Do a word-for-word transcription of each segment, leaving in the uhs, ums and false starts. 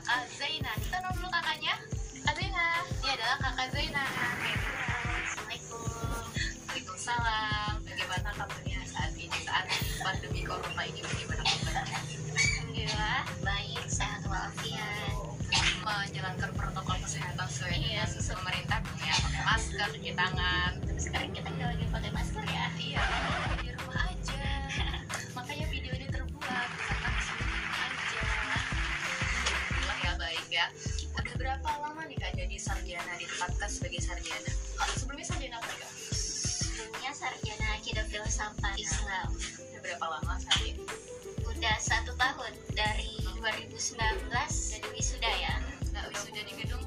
uh, Zaina. Kita nama dulu kakaknya. Kak Zaina. Ini adalah kakak Zaina. Assalamualaikum. Waalaikumsalam. Bagaimana kabarnya saat ini, saat pandemi corona ini, bagaimana kabarnya? Alhamdulillah baik, sehat walafiat. Menjalankan protokol kesehatan sesuai Iya, dengan sesuai. pemerintah, ya, pakai masker, cuci tangan. Tapi sekarang kita nggak lagi pakai masker ya. Iya, di rumah aja. Makanya video ini terbuat karena di sini di rumah aja. Alhamdulillah ya, baik ya. Udah berapa lama nih Kak jadi sarjana, ditempatkan sebagai sarjana? Oh, sebelumnya sarjana apa ya? Sebelumnya sarjana akidah filsafat Islam. Udah berapa lama saat ini? Udah satu tahun dari dua ribu sembilan belas jadi wisuda ya. Nggak wisuda di gedung?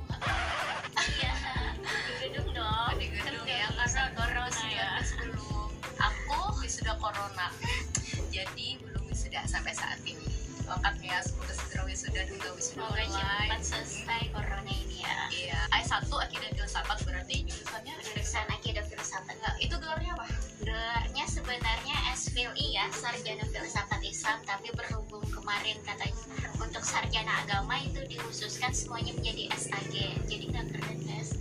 Iya, di gedung dong. Di gedung ya, Karena corona ya. Belum. Aku wisuda corona, jadi belum wisuda sampai saat ini. Doakan ya, semoga segera wisuda dan nggak wisuda Semoga cepat online. selesai corona ini ya. Iya, I satu akidah filsafat, berarti jurusannya Jurusan akidah filsafat. enggak, itu gelarnya apa? Gelarnya sebenarnya S Phil I ya, sarjana filsafat Islam, tapi berhubung kemarin katanya untuk sarjana agama itu dikhususkan semuanya menjadi S A G, jadi nggak keren guys.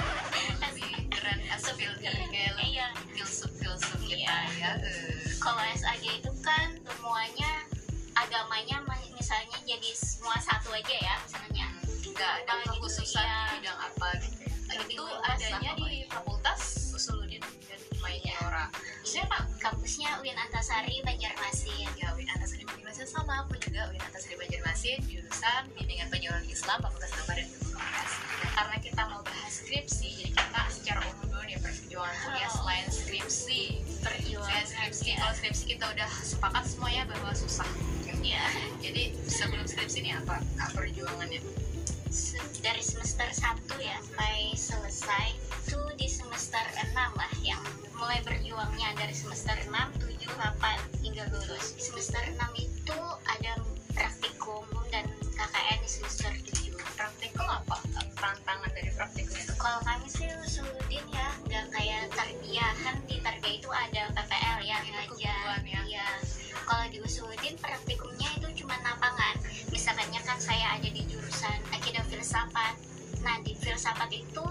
Lebih keren asfil kayak Iya. filsuf filsuf kita Iya. ya. Eh, Kalau S A G itu kan semuanya agamanya misalnya jadi semua satu aja ya, misalnya. nggak ada Apa gitu, kekhususan iya. di bidang apa gitu. Lebih Itu luas lah adanya di pokoknya. Fakultas Usuluddin dan Mayora. Siapa? Kampusnya U I N Antasari Banjarmasin. Ya, U I N Antasari Banjarmasin, sama aku juga U I N Antasari Banjarmasin, jurusan Bimbingan Penjualan Islam, Fakultas Agama dan Komunikasi. Karena kita mau bahas skripsi, jadi kita secara umum dulu nih perjuangan kuliah Oh. selain skripsi. Perjuangan Saya skripsi, ya. kalau skripsi kita udah sepakat semuanya bahwa susah. Ya. Jadi sebelum skripsi ini apa Kak, perjuangannya? Se- dari semester satu ya sampai selesai itu di semester enam lah yang mulai berjuangnya dari semester enam, tujuh, delapan hingga lulus. Di semester enam itu ada praktikum dan K K N di semester tujuh. Praktikum apa? Tantangan dari praktikum itu? Kalau kami sih Usuluddin ya nggak kayak tarbiyah, kan di tarbiyah itu ada P P L ya, Itu ngajar kebutuhan ya. Iya. Kalau di Usuluddin praktikumnya itu cuma lapangan. Misalkannya kan saya ada di jurusan akidah filsafat. Nah di filsafat itu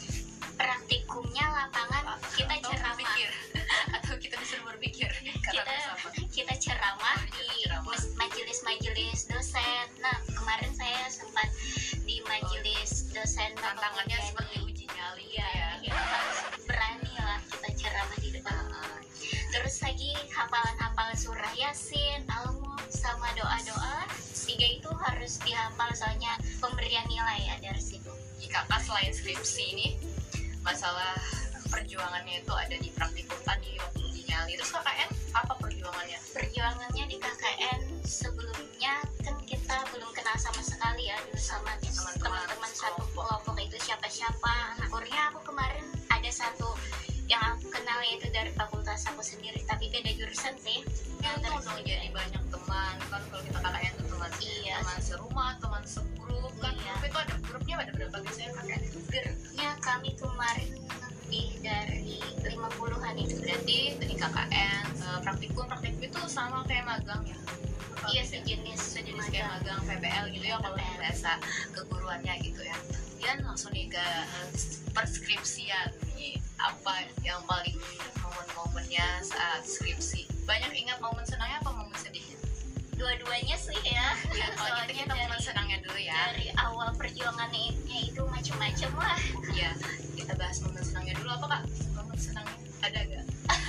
praktikumnya lapangan, kita Atau ceramah. berpikir. Atau kita disuruh berpikir karena Kita filsafat. kita ceramah Oh, di ceramah. mas- majelis-majelis dosen. Nah kemarin saya sempat di majelis dosen Bapak Tantangannya Mujani. seperti uji nyali Iya, ya. ya, harus berani lah kita ceramah di depan umum. Terus lagi hafalan-hafalan surah Yasin, Al-Mulk, sama doa-doa. Tiga itu harus dihafal soalnya pemberian nilai ya dari situ. Jika Kak selain skripsi ini, masalah perjuangannya itu ada di praktikum tadi waktu uji nyali. Terus K K N apa perjuangannya? Perjuangannya di K K N sebelumnya kan kita belum kenal sama sekali ya dulu sama Teman-teman teman-teman satu kelompok itu siapa-siapa. Nah, akhirnya aku kemarin ada satu yang aku kenal yaitu dari fakultas aku sendiri tapi beda jurusan sih. Yang Untung dari dong jadi banyak teman kan, kalau kita K K N tuh teman Iya. teman serumah, teman segrup kan. Iya. Grup itu ada grupnya ada berapa biasanya K K N itu? grupnya kami kemarin lebih dari lima puluhan itu. Berarti dari K K N eh, praktikum praktikum itu sama kayak magang ya? Apa Iya beda? sejenis sejenis kayak magang P P L gitu ya kalau P P L. bahasa keguruannya gitu ya. Kemudian langsung nih ke eh, perskripsian nih, apa yang paling momen-momennya saat skripsi? Banyak ingat momen senangnya apa momen sedihnya? Dua-duanya sih ya. Ya, kalau Soalnya gitu kita momen dari, senangnya dulu ya. dari awal perjuangannya itu macam-macam lah. Iya, kita bahas momen senangnya dulu apa Kak? Momen senangnya ada gak?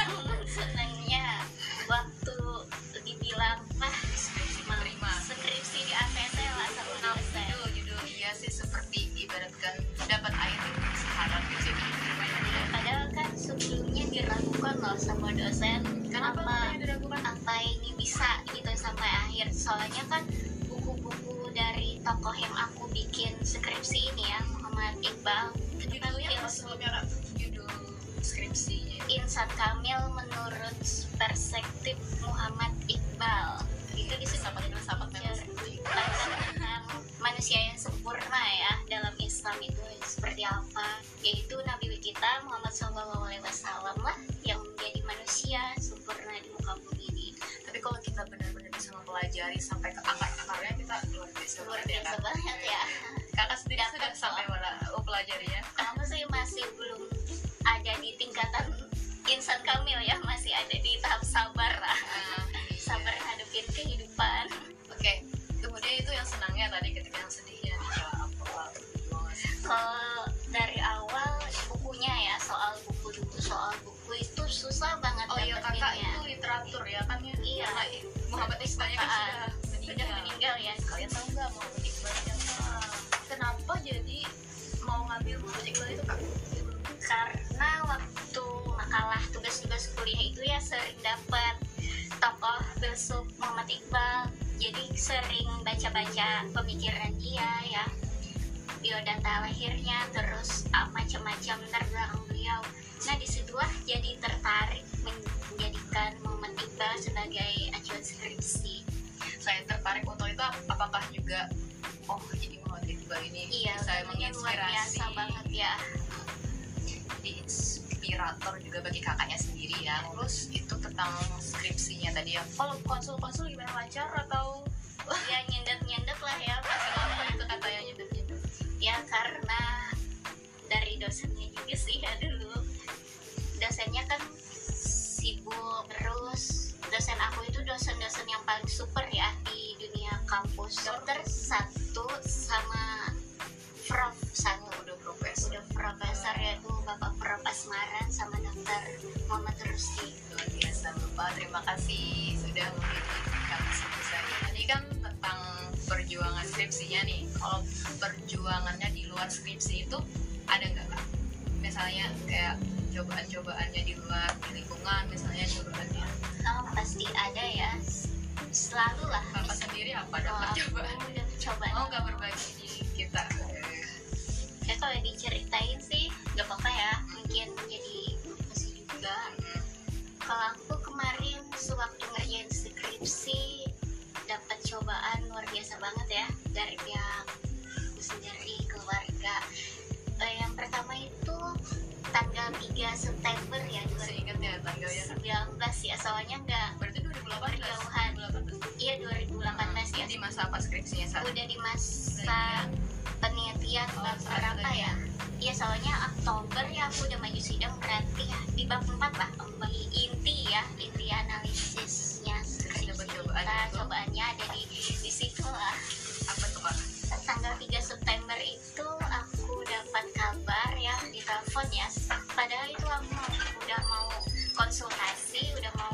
Senangnya waktu dibilang ah Skripsi menerima. skripsi di A C C lah sama Nah, dosen. judul judul iya sih seperti ibaratkan dapat air di sekarang gitu. Padahal kan sebelumnya diragukan loh sama dosen. Kenapa apa yang diragukan? apa ini bisa gitu sampai akhir. Soalnya kan buku-buku dari tokoh yang aku bikin skripsi ini ya, Muhammad Iqbal, Judulnya apa Tampil sebelumnya Kak? Judul skripsinya. Insan Kamil menurut perspektif Muhammad Iqbal. Itu disebut Sahabat-sahabat memang seperti itu. tentang manusia yang sempurna ya dalam Islam itu seperti apa, yaitu Nabi kita Muhammad shallallahu alaihi wasallam lah yang menjadi manusia sempurna di muka bumi ini. Tapi kalau kita benar-benar bisa mempelajari sampai ke akar-akarnya, kita luar biasa Luar banget ya, biasa Kak. banget ya. pelajari ya. Kamu sih masih belum ada di tingkatan insan kamil ya, masih ada di tahap sabar lah. Nah, Sabar hadapin kehidupan. Oke, kemudian itu yang senangnya tadi, ketika yang sedihnya nih apa? Kalau dari awal bukunya ya, soal buku dulu, soal buku itu susah banget Oh iya, kakak dapetinnya. itu literatur ya kan ya? Iya. Karena Muhammad Iqbal kan sudah Sudah meninggal. meninggal ya. Kalian tahu nggak Muhammad Iqbal siapa? Kenapa jadi mau ngambil Muhammad Iqbal itu kak? Karena waktu makalah tugas-tugas kuliah itu ya sering dapat tokoh filsuf Muhammad Iqbal, jadi sering baca-baca pemikiran dia ya, biodata lahirnya, terus uh, macam-macam terbelakang beliau. Nah disitulah jadi tertarik menjadikan Muhammad Iqbal sebagai acuan skripsi. Saya tertarik untuk itu, apakah juga oh jadi Muhammad Iqbal ini Iya, saya beliaunya luar biasa menginspirasi, banget ya. jadi inspirator juga bagi kakaknya sendiri ya. Terus itu tentang skripsinya tadi ya. Kalau konsul-konsul gimana, lancar atau Ya nyendet-nyendet lah ya. kenapa itu katanya nyedot-nyedot? Ya karena dari dosennya juga sih ya, dulu dosennya kan sibuk, terus dosen aku itu dosen-dosen yang paling super ya di dunia kampus. Dokter satu sama prof satu, Udah profesor. udah profesor yaitu Bapak Prof Asmaran sama Dokter Muhammad Rusdi. Luar biasa Bapak, terima kasih sudah memberikan diskusi saya. Tadi kan tentang perjuangan skripsinya nih. Kalau perjuangannya di luar skripsi itu ada nggak kak? Misalnya kayak cobaan-cobaannya di luar di lingkungan, misalnya cobaannya. Oh, pasti ada ya, selalu lah. Kakak sendiri apa Oh, dapat aku cobaan? udah coba. Oh nggak berbagi di kita. Ya kalau diceritain sih gak apa-apa ya, mungkin jadi motivasi juga. Kalau aku kemarin sewaktu ngerjain skripsi dapat cobaan luar biasa banget ya dari pihak aku sendiri, keluarga. Eh, yang pertama itu tanggal tiga September ya, Masih ingat ya tanggal ya? dua ribu sembilan belas ya, soalnya nggak Berarti dua ribu delapan belas. berjauhan. Iya dua ribu delapan belas ya, Di masa apa skripsinya saat? udah di masa penelitian Oh, bab saat berapa ya? penelitian. Iya soalnya Oktober ya aku udah maju sidang, berarti ya di bab empat lah, kembali inti ya, inti analisisnya skripsi Dapat cobaan kita. itu. Cobaannya ada di di situ lah. Apa tuh kak? Tanggal tiga September itu aku dapat kabar ya di telepon ya, padahal itu aku udah mau konsultasi, udah mau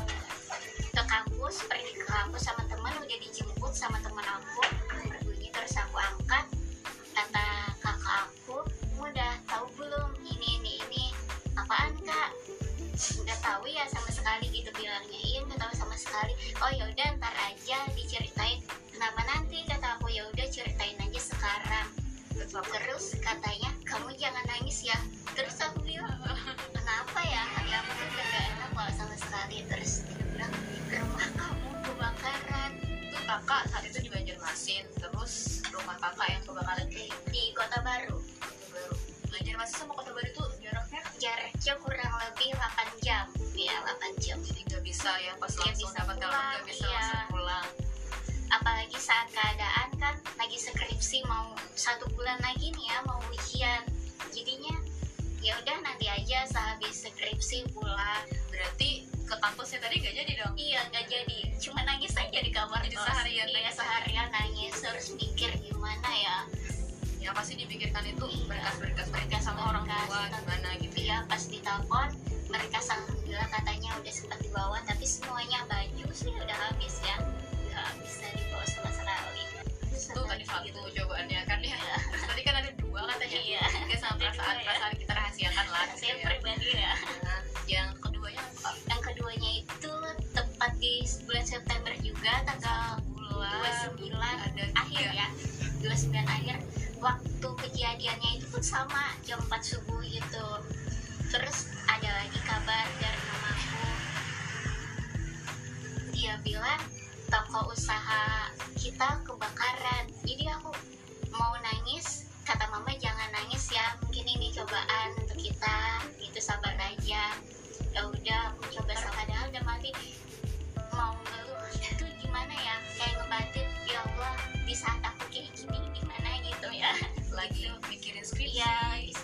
ke kampus, pergi ke kampus sama teman, udah dijemput sama teman aku, berbunyi, terus aku angkat, kata kakak aku, udah tahu belum ini ini ini apaan kak? Udah tahu ya sama sekali gitu bilangnya. Iya nggak tahu sama sekali. Oh yaudah ntar aja diceritain. Kenapa nanti, kata aku. Ya udah ceritain aja sekarang. Terus katanya kamu jangan nangis ya. Terus aku bilang kenapa ya? Ya aku tuh udah gak enak kalau sama sekali. Terus dia bilang rumah kamu kebakaran Itu kakak saat itu di Banjarmasin, terus rumah kakak yang kebakaran di di Kota Baru. Kota Baru. Banjarmasin sama Kota Baru itu jaraknya Jaraknya kurang lebih delapan jam. Ya delapan jam. jadi nggak bisa ya pas Nggak langsung bisa dapat telepon pulang, nggak bisa iya. langsung pulang. Apalagi saat keadaan kan lagi skripsi, mau satu bulan lagi nih ya mau ujian, jadinya ya udah nanti aja sehabis skripsi pulang. Berarti ke kampusnya tadi nggak jadi dong? Iya nggak jadi, cuma nangis aja di kamar Jadi kos. seharian Iya nangis. seharian nangis, terus mikir gimana ya. Ya pasti dipikirkan itu Iya. berkas-berkas mereka sama orang tua Berkas. gimana gitu ya. Iya pas ditelepon mereka alhamdulillah katanya udah sempat dibawa, tapi semuanya baju sih udah habis ya, nggak bisa dibawa sama sekali. Itu tadi satu cobaannya kan ya. Terus tadi kan ada dua katanya. Iya. Tiga sama Ada dua ya. perasaan-perasaan kita rahasiakan lah. gitu Saya ya. pribadi ya. Nah, yang keduanya apa? Yang keduanya itu tepat di bulan September juga, tanggal dua puluh sembilan Ada akhir tiga. ya, dua puluh sembilan akhir. Waktu kejadiannya itu pun sama jam empat subuh gitu. Terus ada lagi kabar dari mamaku, dia bilang toko usaha kita kebakaran. Jadi aku mau nangis, kata mama jangan nangis ya, mungkin ini cobaan untuk kita, gitu sabar aja. Ya udah aku coba, padahal udah mati mau ngeluh itu gimana ya, kayak ngebatin ya Allah di saat aku kayak gini gimana gitu ya. Lagi Gitu. mikirin skripsi. Iya, di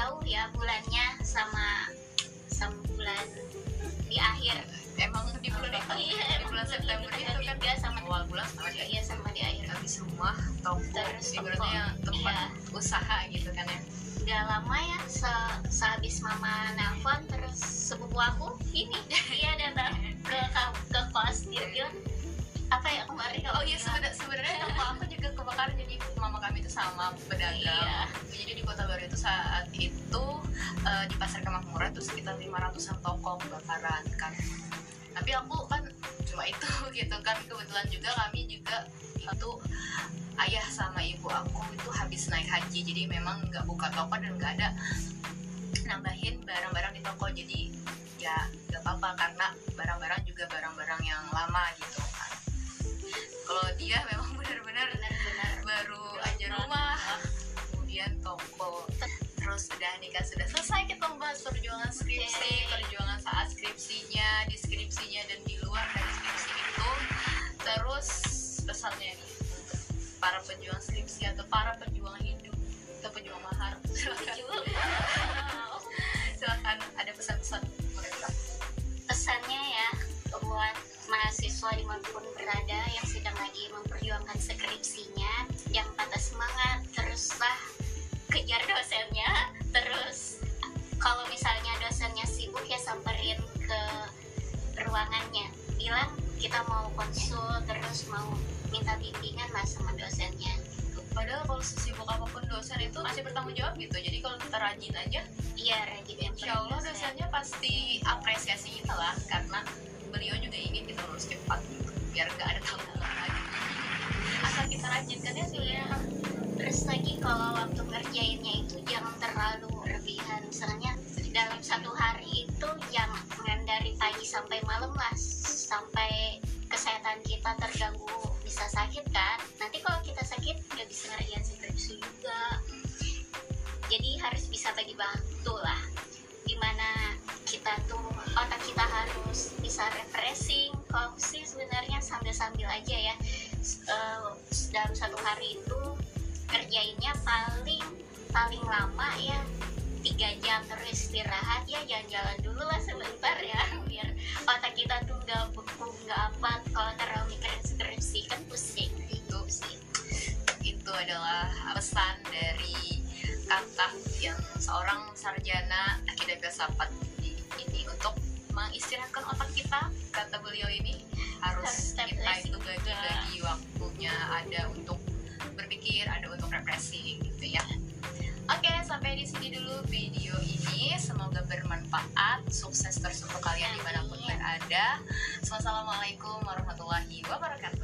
jauh ya bulannya sama sama bulan di akhir. Emang di bulan itu, Oh, iya, di emang bulan September bulan itu kan juga sama awal bulan sama di iya sama di akhir. habis rumah toko Terus ibaratnya toko, tempat iya. usaha gitu kan ya. Gak lama ya se sehabis mama nelfon terus sepupu aku ini dia datang ke ke kos dia bilang apa ya kemarin Oh iya, sebenarnya sebenarnya toko aku juga kebakaran, jadi mama kami itu sama pedagang. Iya. Jadi di Kota Baru itu saat itu eh, di Pasar Kemakmuran itu sekitar lima ratusan toko kebakaran kan. Tapi aku kan cuma itu gitu kan, kebetulan juga kami juga itu ayah sama ibu aku itu habis naik haji, jadi memang nggak buka toko dan nggak ada nambahin barang-barang di toko, jadi ya nggak apa-apa karena barang-barang juga barang-barang yang lama gitu kan. Kalau dia memang benar-benar benar-benar baru aja rumah, kemudian toko, terus udah nikah, sudah selesai kita membahas perjuangan skripsi, Yeay. perjuangan saat skripsinya, di skripsinya dan di luar dari skripsi itu. Terus pesannya nih untuk para pejuang skripsi atau para pejuang hidup atau pejuang mahar, silakan. Silakan, ada pesan-pesan untuk mereka. pesannya ya buat mahasiswa dimanapun berada yang sedang lagi memperjuangkan skripsinya, jangan patah semangat, teruslah kejar dosennya. Terus kalau misalnya dosennya sibuk ya samperin ke ruangannya, bilang kita mau konsul, terus mau minta bimbingan lah sama dosennya. Padahal kalau sesibuk apapun dosen itu masih bertanggung jawab gitu, jadi kalau kita rajin aja, Iya rajin insya Allah dosennya pasti apresiasi kita lah, karena beliau juga ingin kita lulus cepat gitu, biar gak ada tanggungan lagi. Asal kita rajin kan ya sih ya. Terus lagi kalau waktu ngerjainnya itu jangan terlalu berlebihan, misalnya dalam satu hari itu jangan dari pagi sampai malam lah, sampai kesehatan kita terganggu, bisa sakit kan. Nanti kalau kita sakit nggak bisa ngerjain skripsi juga, jadi harus bisa bagi waktu lah, dimana kita tuh otak kita harus bisa refreshing. Kalau aku sih sebenarnya sambil-sambil aja ya, uh, dalam satu hari itu kerjainnya paling paling lama ya tiga jam, terus istirahat ya, jalan-jalan dulu lah sebentar ya, biar otak kita tuh nggak beku, nggak apa. Kalau terlalu mikirin skripsi kan pusing Itu sih, itu adalah pesan dari kakak yang seorang sarjana akidah filsafat ini untuk mengistirahatkan otak kita. Kata beliau ini harus Step kita refreshing itu bagi-bagi waktunya, ada untuk berpikir, ada untuk refreshing gitu ya. Oke, sampai di sini dulu video ini. Semoga bermanfaat, sukses terus untuk kalian dimanapun berada. Wassalamualaikum warahmatullahi wabarakatuh.